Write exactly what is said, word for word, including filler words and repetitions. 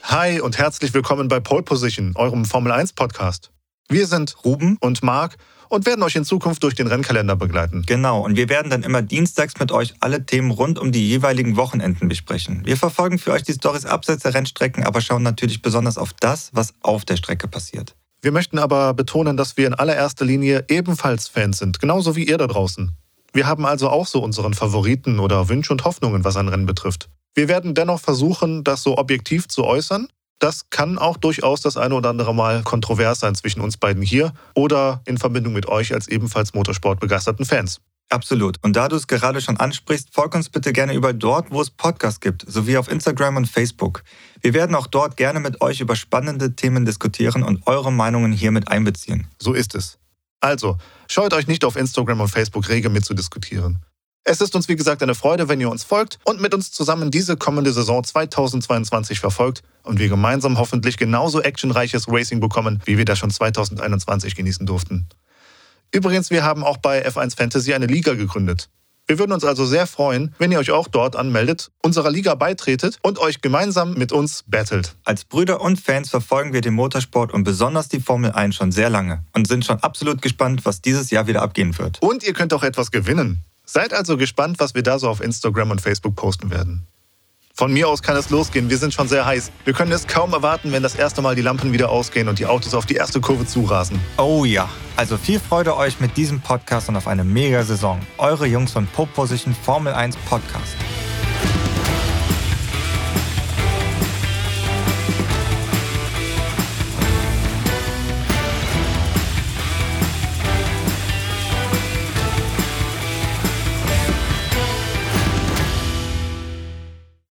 Hi und herzlich willkommen bei Pole Position, eurem Formel eins Podcast. Wir sind Ruben und Marc und werden euch in Zukunft durch den Rennkalender begleiten. Genau, und wir werden dann immer dienstags mit euch alle Themen rund um die jeweiligen Wochenenden besprechen. Wir verfolgen für euch die Storys abseits der Rennstrecken, aber schauen natürlich besonders auf das, was auf der Strecke passiert. Wir möchten aber betonen, dass wir in allererster Linie ebenfalls Fans sind, genauso wie ihr da draußen. Wir haben also auch so unseren Favoriten oder Wünsche und Hoffnungen, was ein Rennen betrifft. Wir werden dennoch versuchen, das so objektiv zu äußern. Das kann auch durchaus das eine oder andere Mal kontrovers sein zwischen uns beiden hier oder in Verbindung mit euch als ebenfalls motorsportbegeisterten Fans. Absolut. Und da du es gerade schon ansprichst, folg uns bitte gerne überall dort, wo es Podcasts gibt, sowie auf Instagram und Facebook. Wir werden auch dort gerne mit euch über spannende Themen diskutieren und eure Meinungen hier mit einbeziehen. So ist es. Also, scheut euch nicht auf Instagram und Facebook rege mitzudiskutieren. Es ist uns wie gesagt eine Freude, wenn ihr uns folgt und mit uns zusammen diese kommende Saison zweitausendzweiundzwanzig verfolgt und wir gemeinsam hoffentlich genauso actionreiches Racing bekommen, wie wir das schon zweitausendeinundzwanzig genießen durften. Übrigens, wir haben auch bei F eins Fantasy eine Liga gegründet. Wir würden uns also sehr freuen, wenn ihr euch auch dort anmeldet, unserer Liga beitretet und euch gemeinsam mit uns battelt. Als Brüder und Fans verfolgen wir den Motorsport und besonders die Formel eins schon sehr lange und sind schon absolut gespannt, was dieses Jahr wieder abgehen wird. Und ihr könnt auch etwas gewinnen. Seid also gespannt, was wir da so auf Instagram und Facebook posten werden. Von mir aus kann es losgehen, wir sind schon sehr heiß. Wir können es kaum erwarten, wenn das erste Mal die Lampen wieder ausgehen und die Autos auf die erste Kurve zurasen. Oh ja, also viel Freude euch mit diesem Podcast und auf eine Mega-Saison. Eure Jungs von Pole Position Formel eins Podcast.